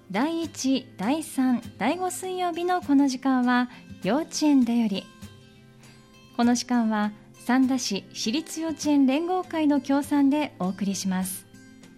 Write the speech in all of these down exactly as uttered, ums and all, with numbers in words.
だいいち、だいさん、だいご水曜日のこの時間は幼稚園だより。この時間は三田市私立幼稚園連合会の協賛でお送りします。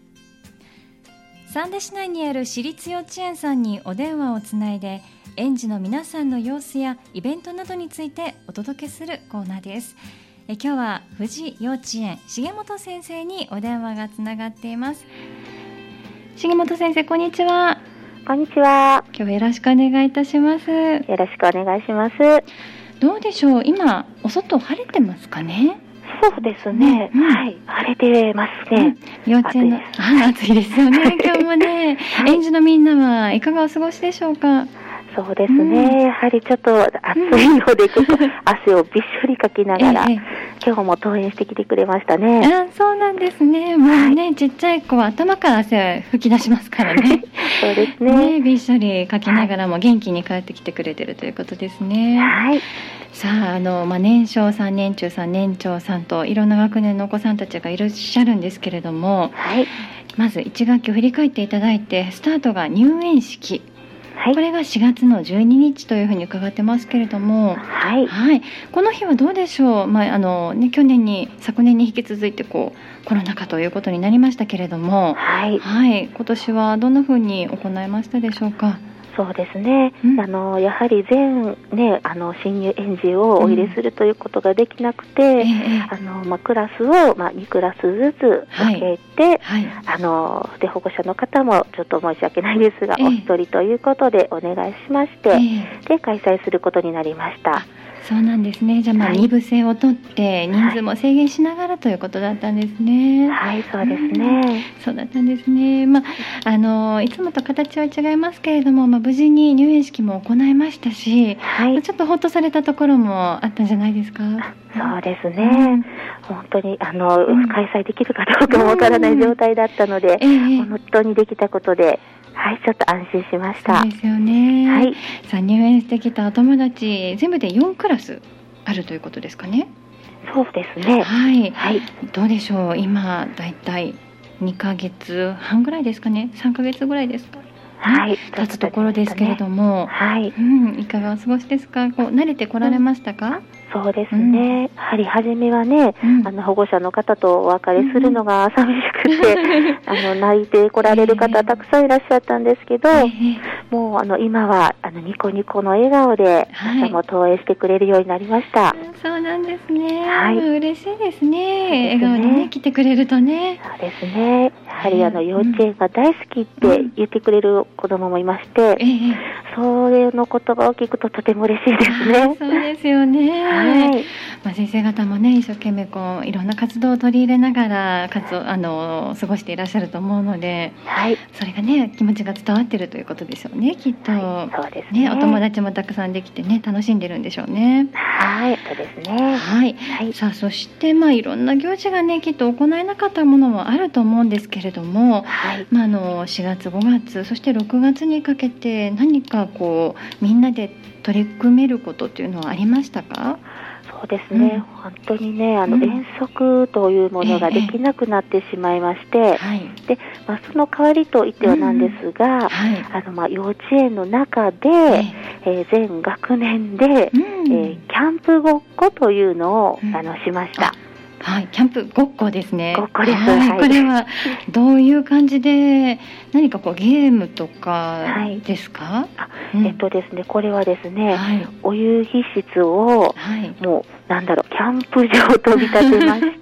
三田市内にある私立幼稚園さんにお電話をつないで、園児の皆さんの様子やイベントなどについてお届けするコーナーです。え今日は富士幼稚園重本先生にお電話がつながっています。重本先生、こんにちは。 こんにちは。 今日はよろしくお願いいたします。よろしくお願いします。 どうでしょう、今お外晴れてますかね。 そうですね、うん、はい、晴れてますね、 うん、幼稚園の暑いですよね今日もね、はい、園児のみんなはいかがお過ごしでしょうか。 そうですね、うん、やはりちょっと暑いので、ちょっと汗をびっしょりかきながら、ええ、今日も登園してきてくれましたね。 あ、そうなんですね。もうね、はい、ちっちゃい子は頭から汗吹き出しますからねそうですね。 ね、びっしょりかきながらも元気に帰ってきてくれてるということですね。 はい。 さあ、あの、まあ、年少さん、年中さん、年長さんといろんな学年のお子さんたちがいらっしゃるんですけれども、 はい、 まずいち学期を振り返っていただいて、スタートが入園式、はい、これがしがつのじゅうににちというふうに伺ってますけれども、 はいはい、この日はどうでしょう。まああのね、去年に昨年に引き続いてこうコロナ禍ということになりましたけれども、 はいはい、今年はどんなふうに行いましたでしょうか。 そうですね、うん、あのやはり全、ね、あの新入園児をお入れするということができなくて、うんええあのまあ、クラスを、まあ、にクラスずつ分けて、はいはい、あので保護者の方もちょっと申し訳ないですが、ええ、お一人ということでお願いしまして、え、で開催することになりました。 そうなんですね。じゃあ、まあ、はい、に部制を取って人数も制限しながらということだったんですね。 はい、そうですね、 うん、そうだったんですね。まあ、あのいつもと形は違いますけれども、まあ、無事に入園式も行いましたし、はい、ちょっとほっとされたところもあったんじゃないですか。 そうですね、うん、本当にあの、うん、開催できるかどうかもわからない状態だったので、うんうん、本当にできたことで、はい、ちょっと安心しました。 そうですよね、 はい、 さあ入園してきたお友達全部でよんクラスあるということですかね。 そうですね、 はい、 はい、 どうでしょう、今だいたいにかげつはんぐらいですかね、さんかげつぐらいですか、 はい、 経つところですけれども、 はい、 うん、いかがお過ごしですか。こう慣れてこられましたか。うん、 そうですね、うん、やはり初めはね、うん、あの保護者の方とお別れするのが寂しくて、うん、あの泣いて来られる方たくさんいらっしゃったんですけど、えー、もうあの今はあのニコニコの笑顔で朝も登園してくれるようになりました。はい、 そうなんですね、 はい、 嬉しいですね。笑顔でね来てくれるとね。 そうですね、やはりあの幼稚園が大好きって言ってくれる子供もいまして、うんえー、それの言葉を聞くととても嬉しいですね。 そうですよね、はいまあ、先生方もね一生懸命こういろんな活動を取り入れながら活動あの過ごしていらっしゃると思うので、はい、それがね気持ちが伝わってるということでしょうね、きっと、 はい、そうですね、 ね、お友達もたくさんできてね楽しんでるんでしょうね。 はい、そうですね、 はいはい、さあそしてまあいろんな行事がねきっと行えなかったものもあると思うんですけれども、はいまあ、あのしがつごがつそしてろくがつにかけて何かこうみんなで取り組めることっていうのはありましたか。 そうですね、うん、本当にねあの、うん、遠足というものができなくなってしまいまして、ええはいでまあ、その代わりといってはなんですが、うんはいあのまあ、幼稚園の中で、ええー、全学年で、うんえー、キャンプごっこというのを、うん、あのしました。 はい、キャンプごっこですね。 ごっこです。 はいはい、これはどういう感じで何かこうゲームとかですか。はいあうん、えっとですねこれはですね、はい、お遊戯室を、はい、もうなんだろうキャンプ場と見立てまして、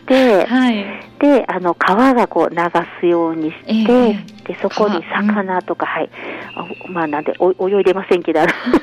はい、であの川がこう流すようにして、えー、でそこに魚とか、うん、はいまあなんでお泳いでませんけどあ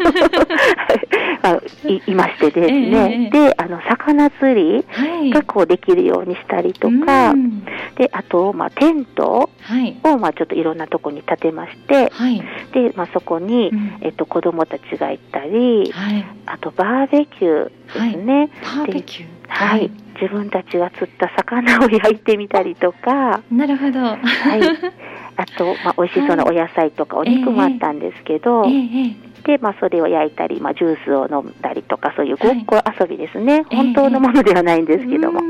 い, いましてですね、えー、であの魚釣りがこうできるようにしたりとか、はい、であと、まあ、テントを、まあ、ちょっといろんなとこに立てまして、はい、でまあ、そこに、うんえっと、子供たちがいたり、はい、あとバーベキューですね、はい、 バーベキューはい、自分たちが釣った魚を焼いてみたりとかなるほど、はい、 あと、まあ、美味しそうなお野菜とかお肉もあったんですけど、えーえーでまあ、それを焼いたり、まあ、ジュースを飲んだりとかそういうごっこ遊びですね、はい、本当のものではないんですけども、えー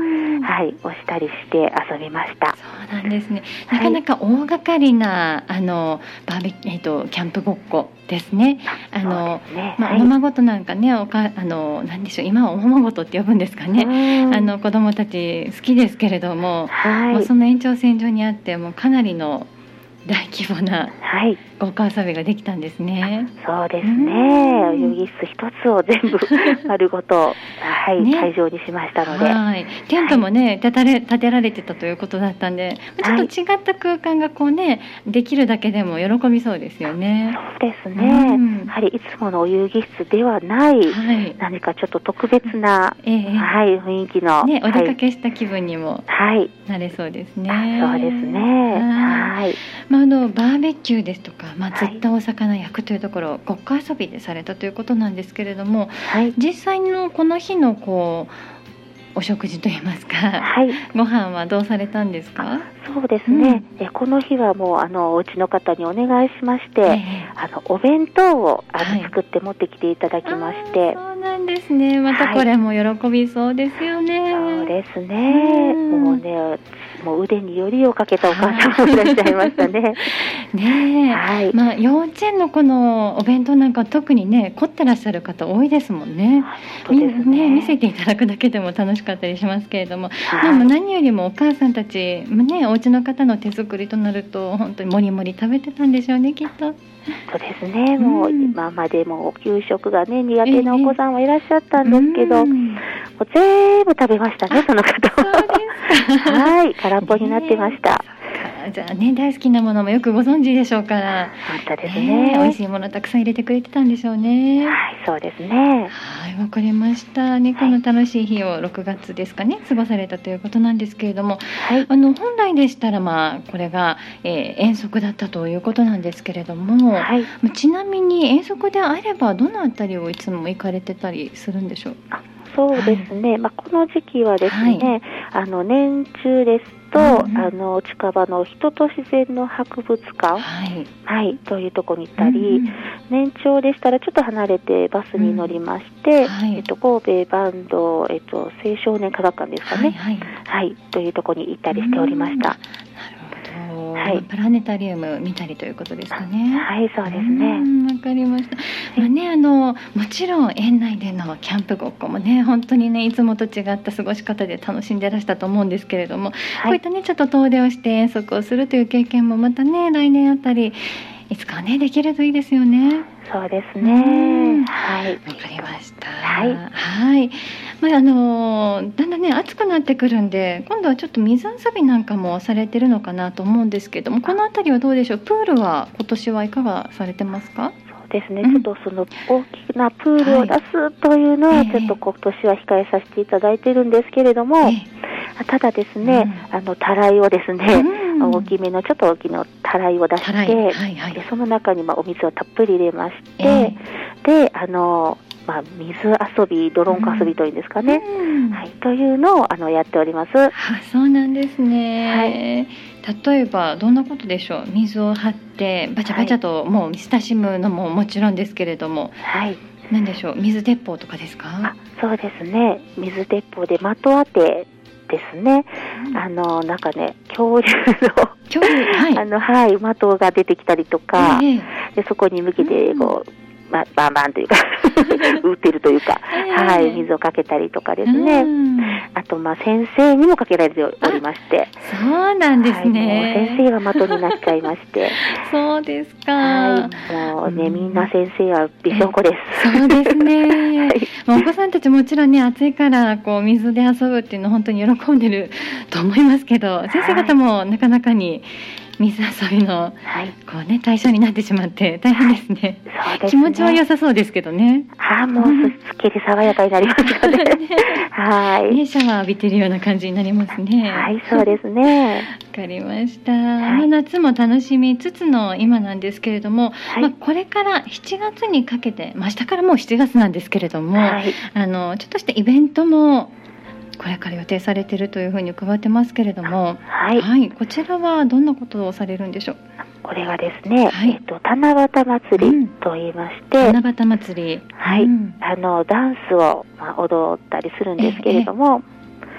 はい、をしたりして遊びました。 そうなんですね。なかなか大掛かりな、はい、あのバーベキュー、えっと、キャンプごっこですね。あの、ね、まあ、おままごとなんかね、おかあのなんでしょう、今はおままごとって呼ぶんですかね。あの子供たち好きですけれども、はい、もうその延長線上にあってもうかなりの大規模なごっこ遊びができたんですね。 そうですね。遊戯室一つを全部丸ごと、はい、ね、会場にしましたので、はい、 テントもね、建てれ、建てられてたということだったんで、ちょっと違った空間がこうね、できるだけでも喜びそうですよね。 そうですね。うん、やはりいつものお遊戯室ではない、はい、何かちょっと特別な、えーはい、雰囲気の、 ね、お出かけした気分にもなれそうですね。 はい、そうですね。はい。 まあ、あのバーベキューですとか、まあ、釣ったお魚焼くというところをごっこ遊びでされたということなんですけれども、はい、実際のこの日のこうお食事といいますか、はい、ご飯はどうされたんですか？ そうですね、うん、えこの日はもうあのお家の方にお願いしまして、えー、あのお弁当をあの、はい、作って持ってきていただきまして。 そうなんですね。またこれも喜びそうですよね。はい、 そうですね、うん、もうね、もう腕によりをかけたお母さんもいらっしゃいましたね。 ねえ、はい、まあ、幼稚園のこのお弁当なんか特にね、凝ってらっしゃる方多いですもんね。 そうですね。 ね、見せていただくだけでも楽しかったりしますけれども、はい、でも何よりもお母さんたち、ね、お家の方の手作りとなると本当にもりもり食べてたんでしょうね、きっと。 そうですね。もう今までも給食がね苦手なお子さんはいらっしゃったんですけど、えー、もう全部食べましたね、その方は。そうですか。はい、空っぽになってました。 じゃあね、大好きなものもよくご存知でしょうから、 本当ですね。 美味しいものたくさん入れてくれてたんでしょうね。 はい、そうですね。 はい、わかりましたね。この楽しい日をろくがつですかね、過ごされたということなんですけれども、はい、あの本来でしたら、まあ、これが、えー、遠足だったということなんですけれども、はい、ちなみに遠足であればどのあたりをいつも行かれてたりするんでしょう？ あ、そうですね、はい、まあ、この時期はですね、はい、あの年中ですと、うん、あの近場の人と自然の博物館、はいはい、というところに行ったり、うん、年長でしたらちょっと離れてバスに乗りまして、うん、はい、えっと、神戸バンド、えっと、青少年科学館ですかね、はいはいはい、というところに行ったりしておりました。 はい、プラネタリウム見たりということですかね。 はい、そうですね。 わかりました。まあね、あのもちろん園内でのキャンプごっこもね、本当にね、いつもと違った過ごし方で楽しんでらしたと思うんですけれども、はい、こういったね、ちょっと遠出をして遠足をするという経験もまたね、来年あたりいつかね、できるといいですよね。 そうですね。はい。 わかりました。はい。はい。まあ、あのだんだんね、暑くなってくるんで、今度はちょっと水遊びなんかもされてるのかなと思うんですけども、このあたりはどうでしょう？プールは今年はいかがされてますか？ そうですね、うん、ちょっとその大きなプールを出すというのは、はい、ちょっと今年は控えさせていただいてるんですけれども、えー、ただですね、うん、あのたらいをですね、うん、大きめのちょっと大きなたらいを出して、はいはい、でその中にまあお水をたっぷり入れまして、えー、であのまあ、水遊び、ドロンコ遊びというんですかね、うん、はい、というのをあのやっております。 あ、そうなんですね、はい、例えばどんなことでしょう？水を張ってバチャバチャともう親しむのももちろんですけれども、はい、何でしょう？水鉄砲とかですか？ あ、そうですね、水鉄砲で的当てですね、うん、あのなんかね、恐竜の恐竜、はい、あのはい、的が出てきたりとか、えー、でそこに向けてこう、うん、ま、バンバンというか打ってるというか、えー、はい、水をかけたりとかですね、うん、あとまあ先生にもかけられておりまして。 そうなんですね、 はい、もう先生が的になっちゃいましてそうですか、 はい、もうね、うん、みんな先生はびしょこです。 そうですね、はい、お子さんたちもちろんね、暑いからこう水で遊ぶっていうの本当に喜んでると思いますけど、先生方もなかなかに水遊びの、はい、こうね、対象になってしまって大変ですね。そうですね、気持ちは良さそうですけどね。 ああ、もうすっきり爽やかになりますよね。はい、 ね、シャワー浴びてるような感じになりますね。 はい、そうですね。 わかりました。はい、まあ、夏も楽しみつつの今なんですけれども、はい、まあ、これからしちがつにかけて、まあ、明日からもうしちがつなんですけれども、はい、あのちょっとしたイベントもこれから予定されているというふうに伺ってますけれども、はい、はい、こちらはどんなことをされるんでしょう？ これはですね、はい、えっと、七夕祭りと言いまして、 うん、七夕祭り、 はい、うん、あのダンスを、まあ、踊ったりするんですけれども、ええ、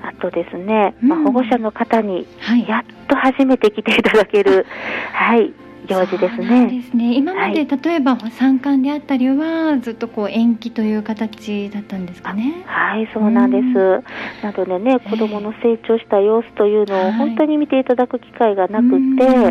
あとですね、まあ、保護者の方にやっと初めて来ていただける、はい、行事ですね。 そうですね。今まで、はい、例えば参観であったりはずっとこう延期という形だったんですかね。 はい、そうなんです。なのでね、子どもの成長した様子というのを本当に見ていただく機会がなくて、はい、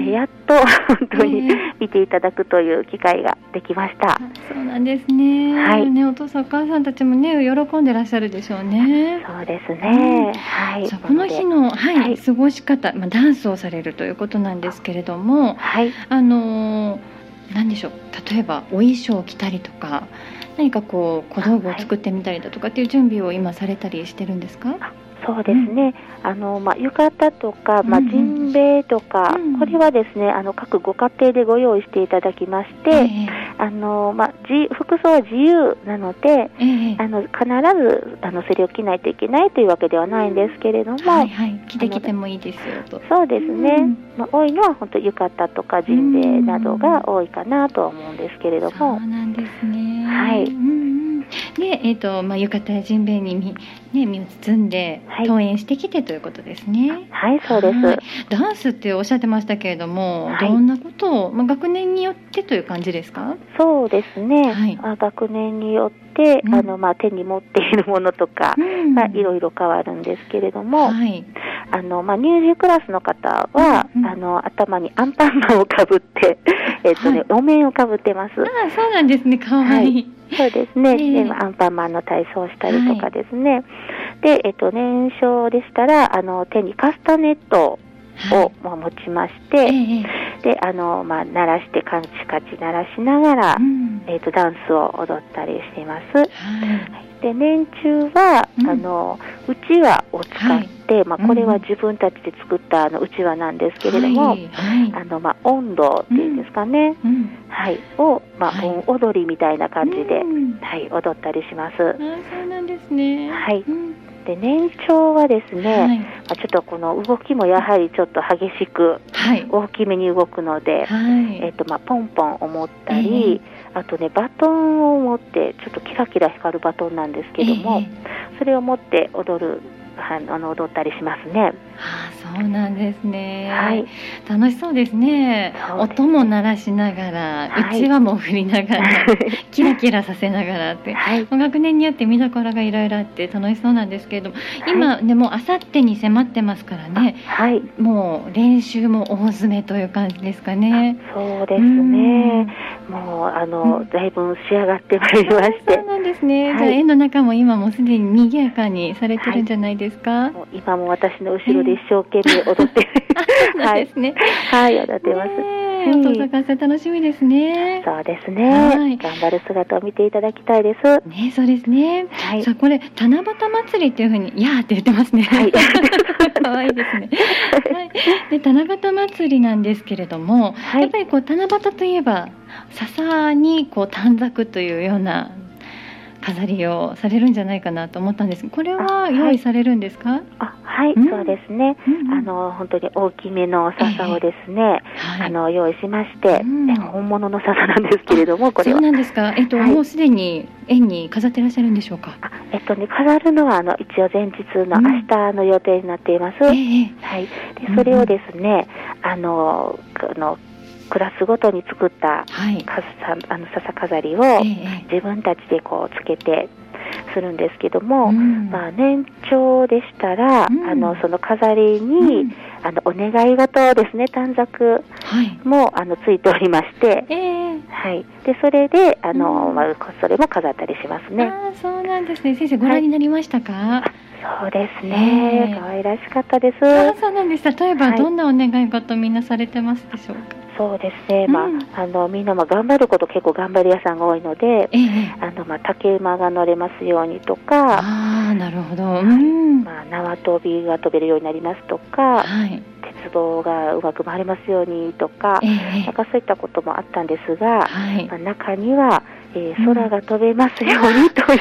でやっと本当に見ていただくという機会ができました。 そうなんですね。はい、ね、お父さんお母さんたちもね喜んでらっしゃるでしょうね。 そうですね。はい。 この日の、はいはい、過ごし方、まあ、ダンスをされるということなんですけれども、はい、あの何でしょう、例えばお衣装を着たりとか何かこう小道具を作ってみたりだとかっていう準備を今されたりしてるんですか？ そうですね、うん、あのまあ、浴衣とか、まあ、ジンベエとか、うん、これはですねあの各ご家庭でご用意していただきまして、えーあのまあ、服装は自由なので、えー、あの必ずあのそれを着ないといけないというわけではないんですけれども、うんはいはい、 着てきてもいいですよと。 そうですね、うんまあ、多いのは本当浴衣とかジンベエなどが多いかなとは思うんですけれども、 そうなんですね。 はい、 うんでえーとまあ、浴衣やジンベエに身、ね、身を包んで登園してきてということですね。 はい、はい、そうです。 ダンスっておっしゃってましたけれども、はい、どんなことを、まあ、学年によってという感じですか？ そうですね、はいまあ、学年によって、うんあのまあ、手に持っているものとかがいろいろ変わるんですけれども、うんはいあのまあ、乳児クラスの方は、うんうん、あの頭にアンパンマンをかぶって、えーとねはい、お面をかぶってます。ああ、そうなんですね、かわいい、はいそうですね、えー、でアンパンマンの体操をしたりとかですね、はい、で、えっと、年少でしたらあの手にカスタネットを、はい、持ちまして、えー、であの、まあ、鳴らしてカチカチ鳴らしながら、うんえー、とダンスを踊ったりしています、はい、で年中は、うん、あのうちわを使って、はいまあ、これは自分たちで作ったあのうちわなんですけれども、はいはいあのまあ、音頭っていうんですかね、うんはい、を、まあはい、踊りみたいな感じで、うんはい、踊ったりします。あそうなんですね、 はいうんで年長はですね、はいまあ、ちょっとこの動きもやはりちょっと激しく、はい、大きめに動くので、はいえーとまあ、ポンポンを持ったり、えー、あとねバトンを持ってちょっとキラキラ光るバトンなんですけども、えー、それを持って踊るあの踊ったりしますね。 ああそうなんですね、はい、楽しそうですね。音も鳴らしながら、はい、うちわも振りながらキラキラさせながらって、はい、学年によって見どころがいろいろあって楽しそうなんですけれども、はい、今でもあさってに迫ってますからね、はい、もう練習も大詰めという感じですかね。 そうですね、もうあの、うん、だいぶ仕上がってまいりまして。 そうなんですね、はい、じゃあ園の中も今もすでに賑やかにされてるんじゃないですか？はい、 もう今も私の後ろで一生懸命踊ってる、 えー、はい、ですね、 はい、踊ってます。 お父さんから楽しみですね。 そうですね、はい、頑張る姿を見ていただきたいですね。そうですね、はい、さあこれ七夕祭りっていうふうにいやーって言ってますね、はい、かわいいですね、はい、で七夕祭りなんですけれども、はい、やっぱりこう七夕といえば笹にこう短冊というような飾りをされるんじゃないかなと思ったんですが、これは用意されるんですか？ あ、はい、うん、そうですね、うん、あの本当に大きめの笹をですね、えーはい、あの用意しまして、うん、本物の笹なんですけれども、これはそうなんですか。えっと、はい、もうすでに園に飾ってらっしゃるんでしょうか？ あ、えっとね、飾るのはあの一応前日の明日の予定になっています、うんえーはい、でそれをですね、うん、あのあのクラスごとに作った、はい、あの笹飾りを自分たちでこうつけてするんですけども、うんまあ、年長でしたら、うん、あのその飾りに、うん、あのお願い事ですね、短冊も、はい、あのついておりまして、えーはい、でそれであの、うんまあ、それも飾ったりしますね。 あ、そうなんですね。先生ご覧になりましたか？はい、 そうですね、可愛らしかったです。 あ、そうなんです。例えば、はい、どんなお願い事みんなされてますでしょうか？ そうですね、まあうん、あのみんなも頑張ること結構頑張り屋さんが多いので、ええ、あのまあ、竹馬が乗れますようにとか、 あ、なるほど、うんまあ、縄跳びが飛べるようになりますとか、はい、鉄棒がうまく回れますようにとか、ええ、なんかそういったこともあったんですが、はいまあ、中には、えー、空が飛べますようにという、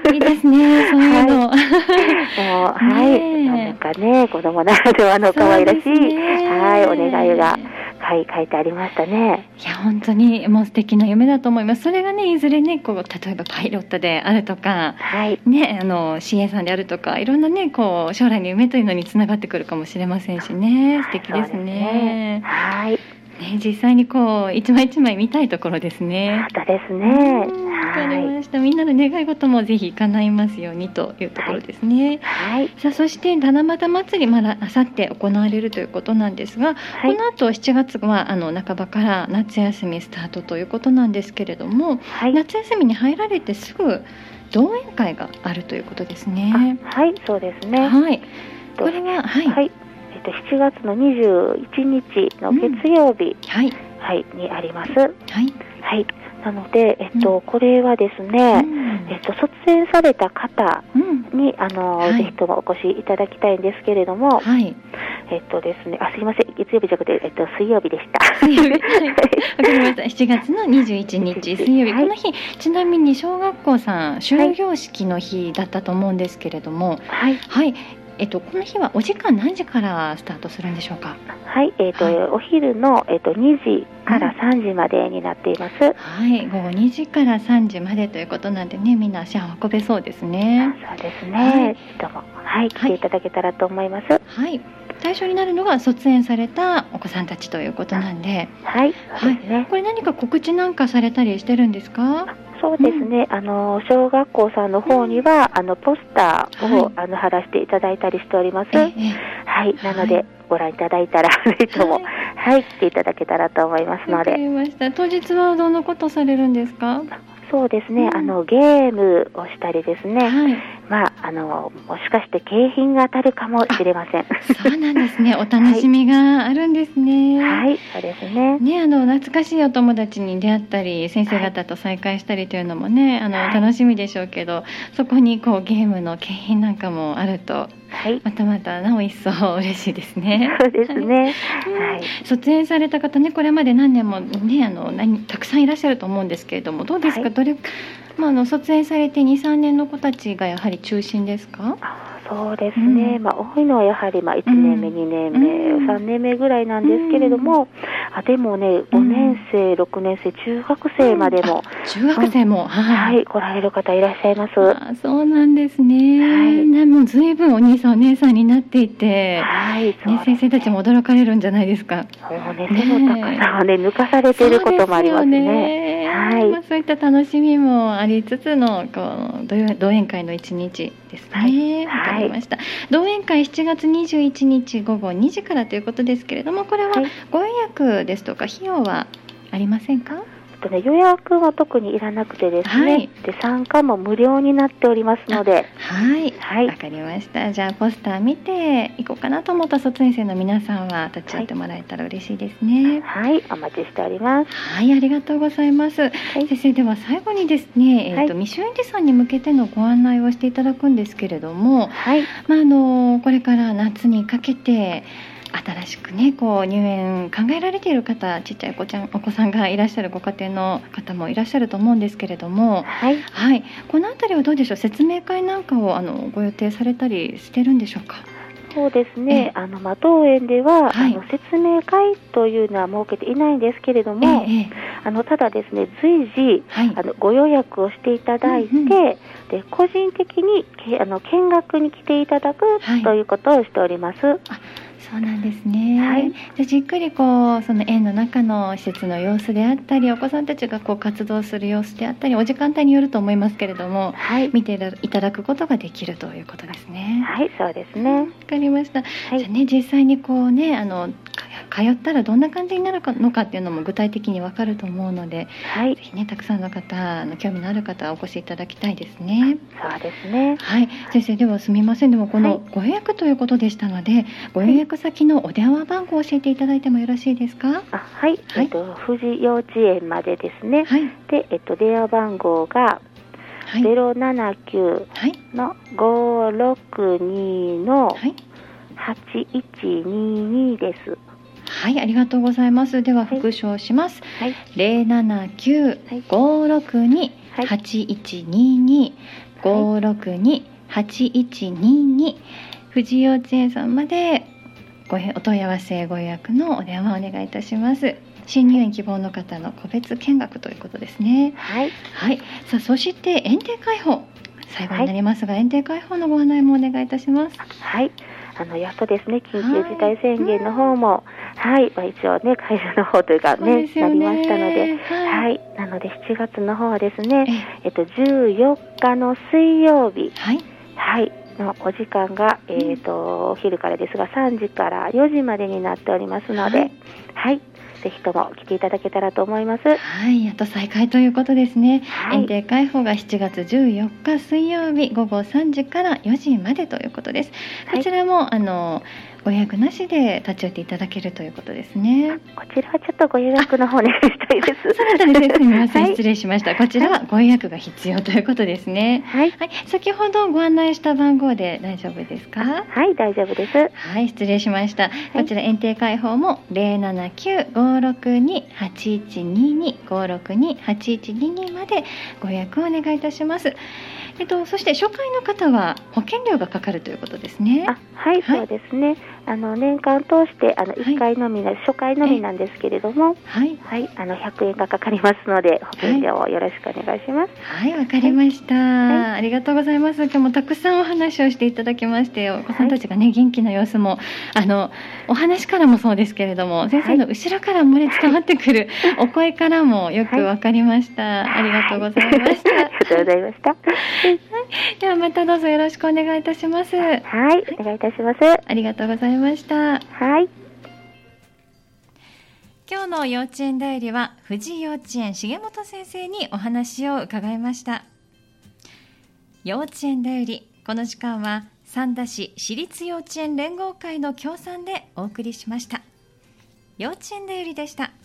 うん、いいですね、そういうの、はい、 もうはい、なんかね、子供ならではの可愛らしい、はい、お願いが書い、書いてありましたね。 いや本当にもう素敵な夢だと思います。それがねいずれねこう例えばパイロットであるとか、 はいね、あの シーエー さんであるとかいろんなねこう将来の夢というのにつながってくるかもしれませんしね。素敵ですね。 そうですね。はい。 ね、実際にこう一枚一枚見たいところですね。 そうですね。 わかりました。みんなの願い事もぜひ叶いますようにというところですね。 はい。 さあそして七夕祭りまだあさって行われるということなんですが、はい、この後しちがつはあの半ばから夏休みスタートということなんですけれども、はい、夏休みに入られてすぐ同演会があるということですね。 はい、そうですね。 はい。これははい。 はいしちがつのにじゅういちにちの月曜日、うんはいはい、にあります。 はいはい、なので、えっと、うん、これはですね、うん、えっと、卒園された方に、うん、あの、はい、ぜひともお越しいただきたいんですけれども、はい、えっとですね、あ、すいません、月曜日じゃなくて、えっと、水曜日でした。 水曜日、はい、わかりました。しちがつのにじゅういちにち水曜日、はい、この日、ちなみに小学校さん終業式の日だったと思うんですけれども、はい、はいえっと、この日はお時間何時からスタートするんでしょうか。 はい、えっと、はい、お昼の、えっと、にじからさんじまでになっています。 はい、午後にじからさんじまでということなんでね、みんな足を運べそうですね。 そうですね。はい、どうも、はい、来ていただけたらと思います。 はい、対象になるのが卒園されたお子さんたちということなんで、 はい、そうですね。はい、 これ何か告知なんかされたりしてるんですか。 そうですね、うん、あの小学校さんの方には、うん、あのポスターを、はい、あの貼らせていただいたりしております。ええはい、なので、はい、ご覧いただいたらぜひとも、はい、はい、来ていただけたらと思いますので。 わかりました。当日はどんなことされるんですか。 そうですね、うん、あのゲームをしたりですね、はい、まあ、あのもしかして景品が当たるかもしれません。 そうなんですね、お楽しみがあるんですね。 はい、はい、そうですね。 ね、あの懐かしいお友達に出会ったり先生方と再会したりというのもね、はい、あの楽しみでしょうけど、そこにこうゲームの景品なんかもあると、はい、またまたなお一層嬉しいですね。 そうですね。はい、 卒園された方ね、これまで何年もね、あの何たくさんいらっしゃると思うんですけれども、どうですか。はい、どれ、まあ、あの卒園されて にさんねんの子たちがやはり中心ですか。 そうですね、うん、まあ、多いのはやはりまあいちねんめ、うん、にねんめ、うん、さんねんめぐらいなんですけれども、うん、あでもねごねんせい、ろくねんせい、中学生までも、 うん、中学生も、うん、 はい、来られる方いらっしゃいます。 あそうなんですね、はい、ね、もうずいぶんお兄さんお姉さんになっていて、はい、ね、先生たちも驚かれるんじゃないですか。 そうね、背の高さをね抜かされていることもありますね。そうですよね、はい、 まあ、そういった楽しみもありつつのこう同園会の一日ですね。わ、はい、かりました。同園会しちがつにじゅういちにちごごにじからということですけれども、これはご予約ですとか費用はありませんか。 とね、予約は特にいらなくてですね、はい、で参加も無料になっておりますので、 はい、はい、わかりました。じゃあポスター見ていこうかなと思った卒園生の皆さんは立ち会ってもらえたら嬉しいですね。 はい、はい、お待ちしております。 はい、ありがとうございます。はい、先生、では最後にですね、えーとはい、未就園児さんに向けてのご案内をしていただくんですけれども、はい、まあ、あのこれから夏にかけて新しくねこう入園考えられている方、ちっちゃいお子ちゃんお子さんがいらっしゃるご家庭の方もいらっしゃると思うんですけれども、はい、はい、このあたりはどうでしょう。説明会なんかをあのご予定されたりしてるんでしょうか。 そうですね、あの、まあ、当園では、はい、あの説明会というのは設けていないんですけれども、ええ、あのただですね随時、はい、あのご予約をしていただいて、うんうん、で個人的にけあの見学に来ていただく、はい、ということをしております。あ、 そうなんですね。はい、でじっくりこうその園の中の施設の様子であったり、お子さんたちがこう活動する様子であったり、お時間帯によると思いますけれども、はい、見ていただくことができるということですね。 はい、そうですね。わかりました。はい、じゃあね、実際にこうね、あの通ったらどんな感じになるのかっていうのも具体的に分かると思うので、はい、ぜひねたくさんの方の興味のある方はお越しいただきたいですね。 そうですね。 はい、先生、ではすみません、でもこのご予約ということでしたので、はい、ご予約先のお電話番号を教えていただいてもよろしいですか。 あ、はい、はい、えっと、富士幼稚園までですね。はい、で、えっと、電話番号がゼロななきゅうのごろくにのはちいちににです。 はい、ありがとうございます。では復唱します。はい、ゼロななきゅう ごろくに はちいちにに ごろくに はちいちにに、富士幼稚園さんまでごお問い合わせご予約のお電話をお願いいたします。新入園希望の方の個別見学ということですね。 はい、 はい、さあそして園庭開放最後になりますが、はい、園庭開放のご案内もお願いいたします。 はい、あのやっとですね緊急事態宣言の方も、はい、うん、はい、まあ、一応ね解除の方というか ね, ねなりましたので、はい、はい、なのでしちがつの方はですね、えっと、じゅうよっかの水曜日、はい、はい、のお時間が、えーと、うん、お昼からですがさんじからよじまでになっておりますので、はい、はい、ぜひとも来ていただけたらと思います。 はい、やっと再開ということですね。はい、園庭開放がしちがつじゅうよっか水曜日ごごさんじからよじまでということです。こちらも、はい、あのご予約なしで立ち寄っていただけるということですね。 こちらはちょっとご予約の方お願いしたいです。 そうだったんですね。すみません、はい、失礼しました。こちらはご予約が必要ということですね。はい、はい、先ほどご案内した番号で大丈夫ですか？ はい、大丈夫です。 はい、失礼しました。はい、こちら園庭開放も ゼロななきゅうごろくにはちいちにに ごろくにはちいちににまでご予約をお願いいたします。えっと、そして初回の方は保険料がかかるということですね。 あ、はい、はい、そうですね。あの年間通してあのいっかいのみな、はい、初回のみなんですけれども、はい、はい、あのひゃくえんがかかりますので保険料をよろしくお願いします。 はい、わ、はい、かりました、はい、ありがとうございます。今日もたくさんお話をしていただきまして、お子さんたちがね、はい、元気な様子もあのお話からもそうですけれども、先生の後ろから漏れ伝わってくるお声からもよくわかりました、はい、ありがとうございました。 ありがとうございました。はい、 ではまたどうぞよろしくお願いいたします。 はい、お願いいたします。 ありがとうございました。 はい。 今日の幼稚園だよりは富士幼稚園重本先生にお話を伺いました。幼稚園だより、この時間は三田市私立幼稚園連合会の協賛でお送りしました。幼稚園だよりでした。